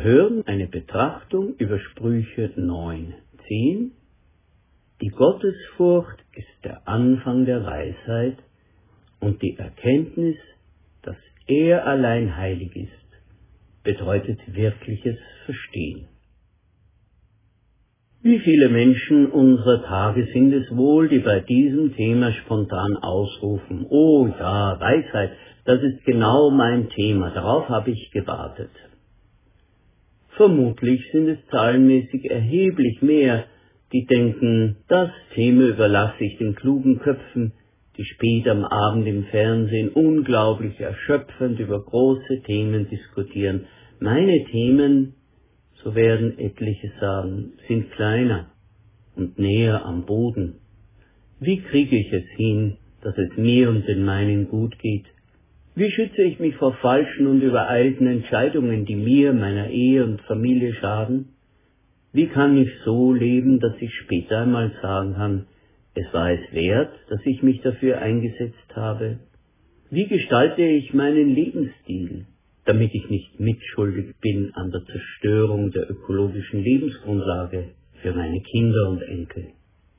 hören eine Betrachtung über Sprüche 9,10. Die Gottesfurcht ist der Anfang der Weisheit und die Erkenntnis, dass er allein heilig ist, bedeutet wirkliches Verstehen. Wie viele Menschen unserer Tage sind es wohl, die bei diesem Thema spontan ausrufen: Oh ja, Weisheit, das ist genau mein Thema, darauf habe ich gewartet. Vermutlich sind es zahlenmäßig erheblich mehr, die denken, das Thema überlasse ich den klugen Köpfen, die spät am Abend im Fernsehen unglaublich erschöpfend über große Themen diskutieren. Meine Themen, so werden etliche sagen, sind kleiner und näher am Boden. Wie kriege ich es hin, dass es mir und den meinen gut geht? Wie schütze ich mich vor falschen und übereilten Entscheidungen, die mir, meiner Ehe und Familie schaden? Wie kann ich so leben, dass ich später einmal sagen kann, es war es wert, dass ich mich dafür eingesetzt habe? Wie gestalte ich meinen Lebensstil, damit ich nicht mitschuldig bin an der Zerstörung der ökologischen Lebensgrundlage für meine Kinder und Enkel?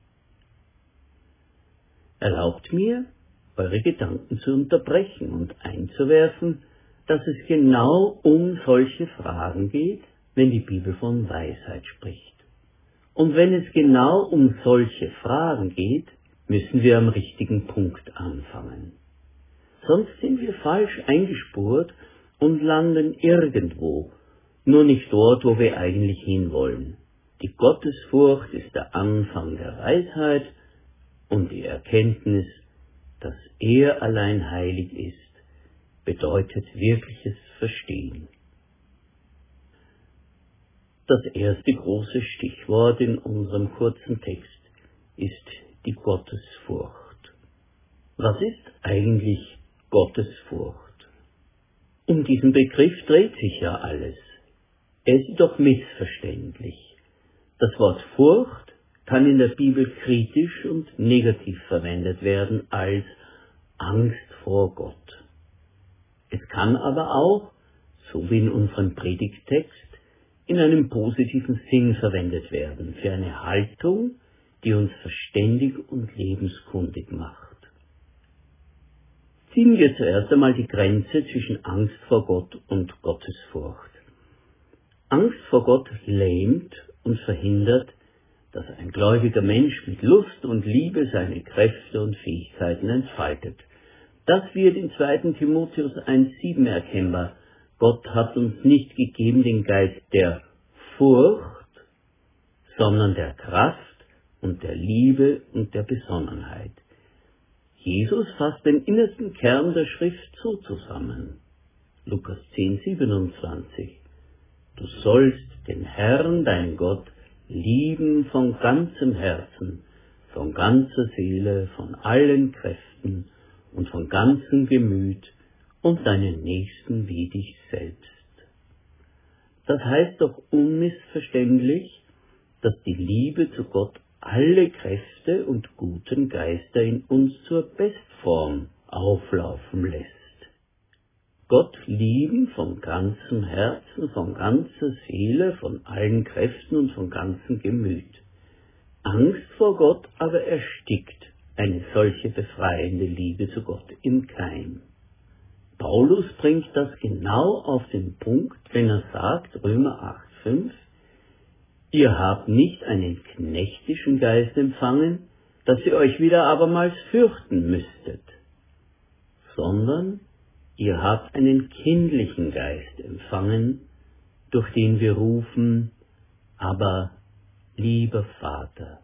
Erlaubt mir, eure Gedanken zu unterbrechen und einzuwerfen, dass es genau um solche Fragen geht, wenn die Bibel von Weisheit spricht. Und wenn es genau um solche Fragen geht, müssen wir am richtigen Punkt anfangen. Sonst sind wir falsch eingespurt und landen irgendwo, nur nicht dort, wo wir eigentlich hinwollen. Die Gottesfurcht ist der Anfang der Weisheit und die Erkenntnis, dass er allein heilig ist, bedeutet wirkliches Verstehen. Das erste große Stichwort in unserem kurzen Text ist die Gottesfurcht. Was ist eigentlich Gottesfurcht? Um diesen Begriff dreht sich ja alles. Er ist jedoch missverständlich. Das Wort Furcht kann in der Bibel kritisch und negativ verwendet werden als Angst vor Gott. Es kann aber auch, so wie in unserem Predigttext, in einem positiven Sinn verwendet werden, für eine Haltung, die uns verständig und lebenskundig macht. Ziehen wir zuerst einmal die Grenze zwischen Angst vor Gott und Gottesfurcht. Angst vor Gott lähmt und verhindert, dass ein gläubiger Mensch mit Lust und Liebe seine Kräfte und Fähigkeiten entfaltet. Das wird in 2. Timotheus 1,7 erkennbar. Gott hat uns nicht gegeben den Geist der Furcht, sondern der Kraft und der Liebe und der Besonnenheit. Jesus fasst den innersten Kern der Schrift so zusammen. Lukas 10,27. Du sollst den Herrn, dein Gott, lieben von ganzem Herzen, von ganzer Seele, von allen Kräften und von ganzem Gemüt und deinen Nächsten wie dich selbst. Das heißt doch unmissverständlich, dass die Liebe zu Gott alle Kräfte und guten Geister in uns zur Bestform auflaufen lässt. Gott lieben von ganzem Herzen, von ganzer Seele, von allen Kräften und von ganzem Gemüt. Angst vor Gott aber erstickt eine solche befreiende Liebe zu Gott im Keim. Paulus bringt das genau auf den Punkt, wenn er sagt, Römer 8,5, ihr habt nicht einen knechtischen Geist empfangen, dass ihr euch wieder abermals fürchten müsstet, sondern ihr habt einen kindlichen Geist empfangen, durch den wir rufen, aber lieber Vater.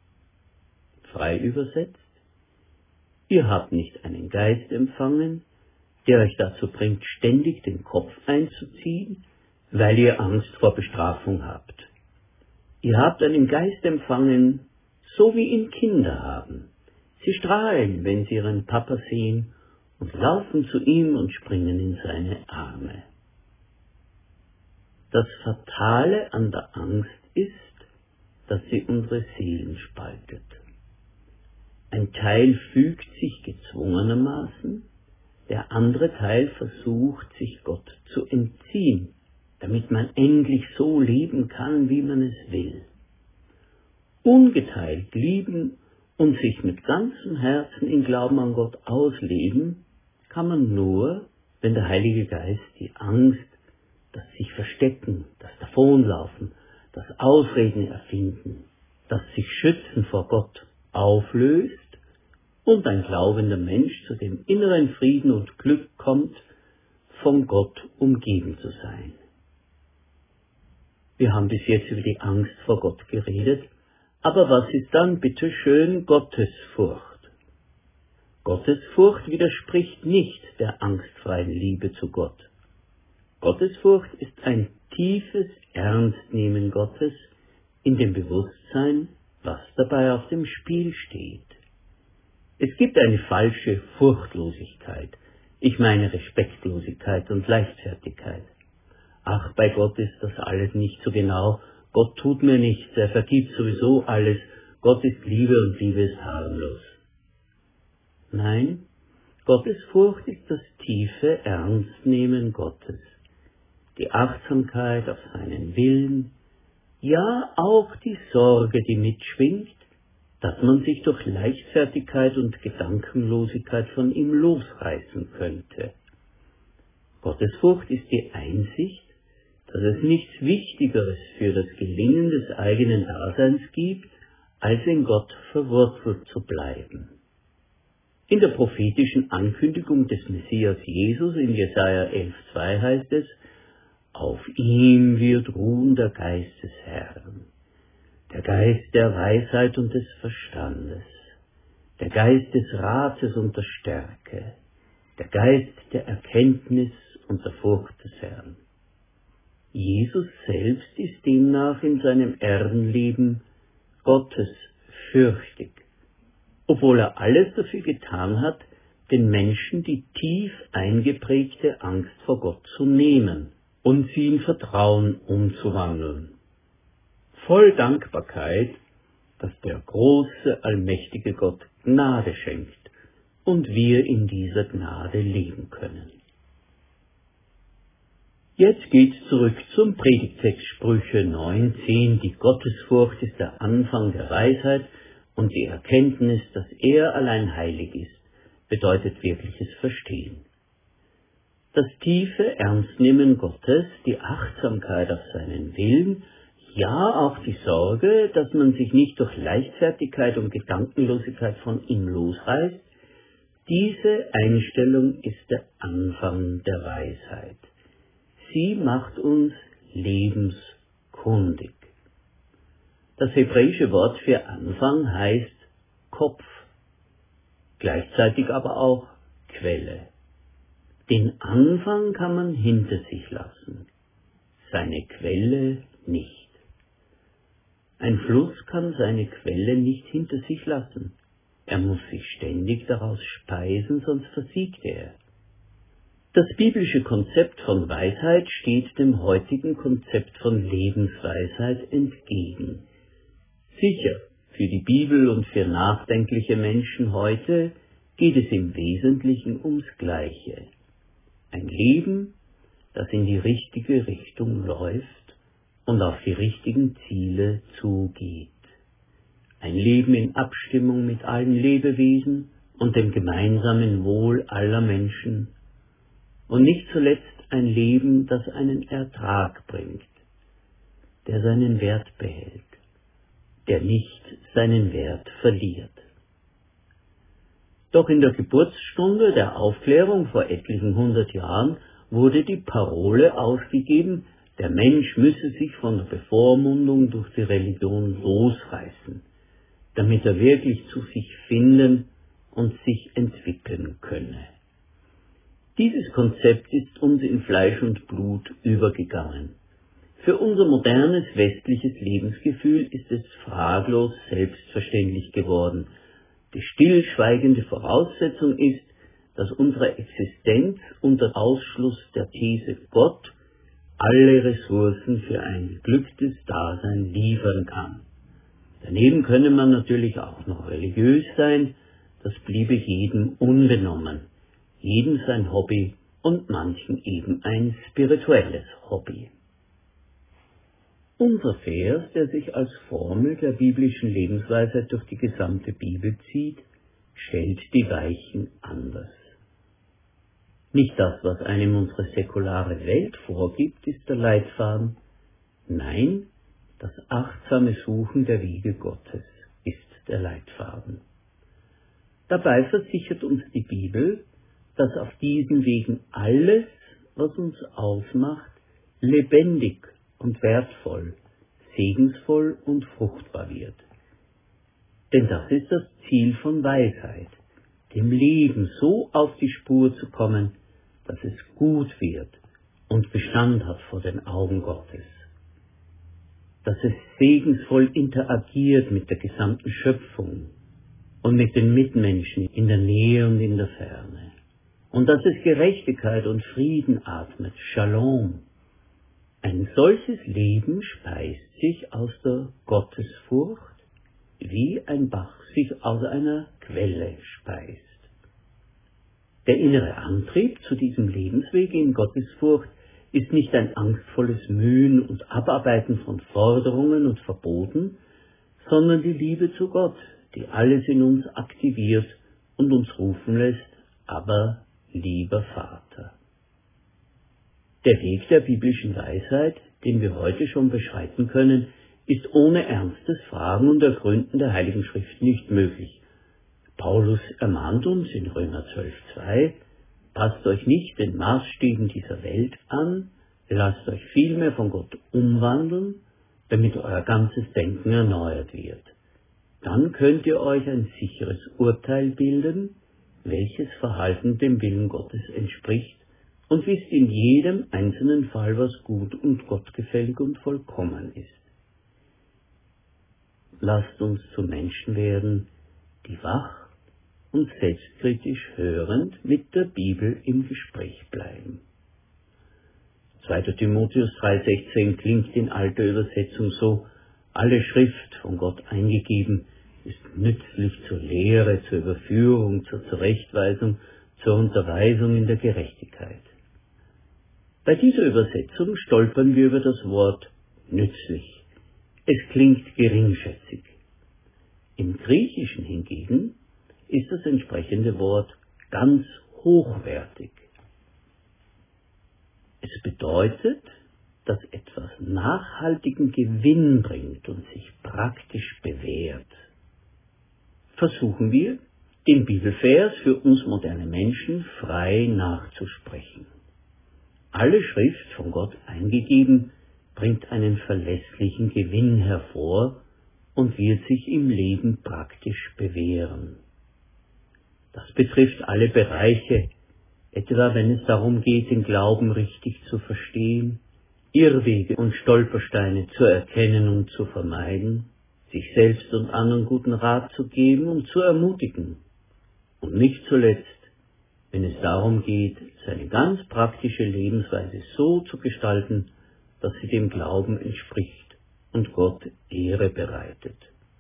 Frei übersetzt, ihr habt nicht einen Geist empfangen, der euch dazu bringt, ständig den Kopf einzuziehen, weil ihr Angst vor Bestrafung habt. Ihr habt einen Geist empfangen, so wie ihn Kinder haben. Sie strahlen, wenn sie ihren Papa sehen und laufen zu ihm und springen in seine Arme. Das Fatale an der Angst ist, dass sie unsere Seelen spaltet. Ein Teil fügt sich gezwungenermaßen, der andere Teil versucht, sich Gott zu entziehen. damit man endlich so leben kann, wie man es will. Ungeteilt lieben und sich mit ganzem Herzen in Glauben an Gott ausleben, kann man nur, wenn der Heilige Geist die Angst, das sich verstecken, das Davonlaufen, das Ausreden erfinden, das sich schützen vor Gott auflöst und ein glaubender Mensch zu dem inneren Frieden und Glück kommt, von Gott umgeben zu sein. Wir haben bis jetzt über die Angst vor Gott geredet, aber was ist dann bitte schön Gottesfurcht? Gottesfurcht widerspricht nicht der angstfreien Liebe zu Gott. Gottesfurcht ist ein tiefes Ernstnehmen Gottes in dem Bewusstsein, was dabei auf dem Spiel steht. Es gibt eine falsche Furchtlosigkeit, ich meine Respektlosigkeit und Leichtfertigkeit. Ach, bei Gott ist das alles nicht so genau, Gott tut mir nichts, er vergibt sowieso alles, Gott ist Liebe und Liebe ist harmlos. Nein, Gottesfurcht ist das tiefe Ernstnehmen Gottes, die Achtsamkeit auf seinen Willen, ja auch die Sorge, die mitschwingt, dass man sich durch Leichtfertigkeit und Gedankenlosigkeit von ihm losreißen könnte. Gottesfurcht ist die Einsicht, dass es nichts Wichtigeres für das Gelingen des eigenen Daseins gibt, als in Gott verwurzelt zu bleiben. In der prophetischen Ankündigung des Messias Jesus in Jesaja 11,2 heißt es, auf ihm wird ruhen der Geist des Herrn, der Geist der Weisheit und des Verstandes, der Geist des Rates und der Stärke, der Geist der Erkenntnis und der Furcht des Herrn. Jesus selbst ist demnach in seinem Erdenleben gottesfürchtig, obwohl er alles dafür getan hat, den Menschen die tief eingeprägte Angst vor Gott zu nehmen und sie in Vertrauen umzuwandeln. Voll Dankbarkeit, dass der große, allmächtige Gott Gnade schenkt und wir in dieser Gnade leben können. Jetzt geht's zurück zum Predigtext Sprüche 9,10. Die Gottesfurcht ist der Anfang der Weisheit und die Erkenntnis, dass er allein heilig ist, bedeutet wirkliches Verstehen. Das tiefe Ernstnehmen Gottes, die Achtsamkeit auf seinen Willen, ja auch die Sorge, dass man sich nicht durch Leichtfertigkeit und Gedankenlosigkeit von ihm losreißt, diese Einstellung ist der Anfang der Weisheit. Sie macht uns lebenskundig. Das hebräische Wort für Anfang heißt Kopf, gleichzeitig aber auch Quelle. Den Anfang kann man hinter sich lassen, seine Quelle nicht. Ein Fluss kann seine Quelle nicht hinter sich lassen. Er muss sich ständig daraus speisen, sonst versiegt er. Das biblische Konzept von Weisheit steht dem heutigen Konzept von Lebensweisheit entgegen. Sicher, für die Bibel und für nachdenkliche Menschen heute geht es im Wesentlichen ums Gleiche. Ein Leben, das in die richtige Richtung läuft und auf die richtigen Ziele zugeht. Ein Leben in Abstimmung mit allen Lebewesen und dem gemeinsamen Wohl aller Menschen und nicht zuletzt ein Leben, das einen Ertrag bringt, der seinen Wert behält, der nicht seinen Wert verliert. Doch in der Geburtsstunde der Aufklärung vor etlichen 100 Jahren wurde die Parole ausgegeben, der Mensch müsse sich von der Bevormundung durch die Religion losreißen, damit er wirklich zu sich finden und sich entwickeln könne. Dieses Konzept ist uns in Fleisch und Blut übergegangen. Für unser modernes westliches Lebensgefühl ist es fraglos selbstverständlich geworden. Die stillschweigende Voraussetzung ist, dass unsere Existenz unter Ausschluss der These Gott alle Ressourcen für ein geglücktes Dasein liefern kann. Daneben könne man natürlich auch noch religiös sein, das bliebe jedem unbenommen, jedem sein Hobby und manchen eben ein spirituelles Hobby. Unser Vers, der sich als Formel der biblischen Lebensweisheit durch die gesamte Bibel zieht, stellt die Weichen anders. Nicht das, was einem unsere säkulare Welt vorgibt, ist der Leitfaden. Nein, das achtsame Suchen der Wege Gottes ist der Leitfaden. Dabei versichert uns die Bibel, dass auf diesen Wegen alles, was uns ausmacht, lebendig und wertvoll, segensvoll und fruchtbar wird. Denn das ist das Ziel von Weisheit, dem Leben so auf die Spur zu kommen, dass es gut wird und Bestand hat vor den Augen Gottes. Dass es segensvoll interagiert mit der gesamten Schöpfung und mit den Mitmenschen in der Nähe und in der Ferne. Und dass es Gerechtigkeit und Frieden atmet, Shalom. Ein solches Leben speist sich aus der Gottesfurcht, wie ein Bach sich aus einer Quelle speist. Der innere Antrieb zu diesem Lebensweg in Gottesfurcht ist nicht ein angstvolles Mühen und Abarbeiten von Forderungen und Verboten, sondern die Liebe zu Gott, die alles in uns aktiviert und uns rufen lässt, aber lieber Vater. Der Weg der biblischen Weisheit, den wir heute schon beschreiten können, ist ohne ernstes Fragen und Ergründen der Heiligen Schrift nicht möglich. Paulus ermahnt uns in Römer 12,2: Passt euch nicht den Maßstäben dieser Welt an, lasst euch vielmehr von Gott umwandeln, damit euer ganzes Denken erneuert wird. Dann könnt ihr euch ein sicheres Urteil bilden, welches Verhalten dem Willen Gottes entspricht, und wisst in jedem einzelnen Fall, was gut und gottgefällig und vollkommen ist. Lasst uns zu Menschen werden, die wach und selbstkritisch hörend mit der Bibel im Gespräch bleiben. 2. Timotheus 3,16 klingt in alter Übersetzung so: Alle Schrift, von Gott eingegeben, ist nützlich zur Lehre, zur Überführung, zur Zurechtweisung, zur Unterweisung in der Gerechtigkeit. Bei dieser Übersetzung stolpern wir über das Wort nützlich. Es klingt geringschätzig. Im Griechischen hingegen ist das entsprechende Wort ganz hochwertig. Es bedeutet, dass etwas nachhaltigen Gewinn bringt und sich praktisch bewährt. Versuchen wir, den Bibelvers für uns moderne Menschen frei nachzusprechen. Alle Schrift, von Gott eingegeben, bringt einen verlässlichen Gewinn hervor und wird sich im Leben praktisch bewähren. Das betrifft alle Bereiche, etwa wenn es darum geht, den Glauben richtig zu verstehen, Irrwege und Stolpersteine zu erkennen und zu vermeiden, sich selbst und anderen guten Rat zu geben und zu ermutigen. Und nicht zuletzt, wenn es darum geht, seine ganz praktische Lebensweise so zu gestalten, dass sie dem Glauben entspricht und Gott Ehre bereitet.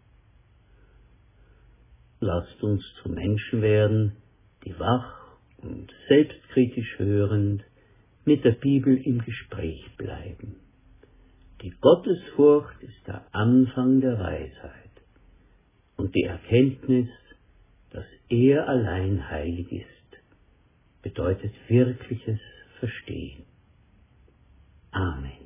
Lasst uns zu Menschen werden, die wach und selbstkritisch hörend mit der Bibel im Gespräch bleiben. Die Gottesfurcht ist der Anfang der Weisheit und die Erkenntnis, dass er allein heilig ist, bedeutet wirkliches Verstehen. Amen.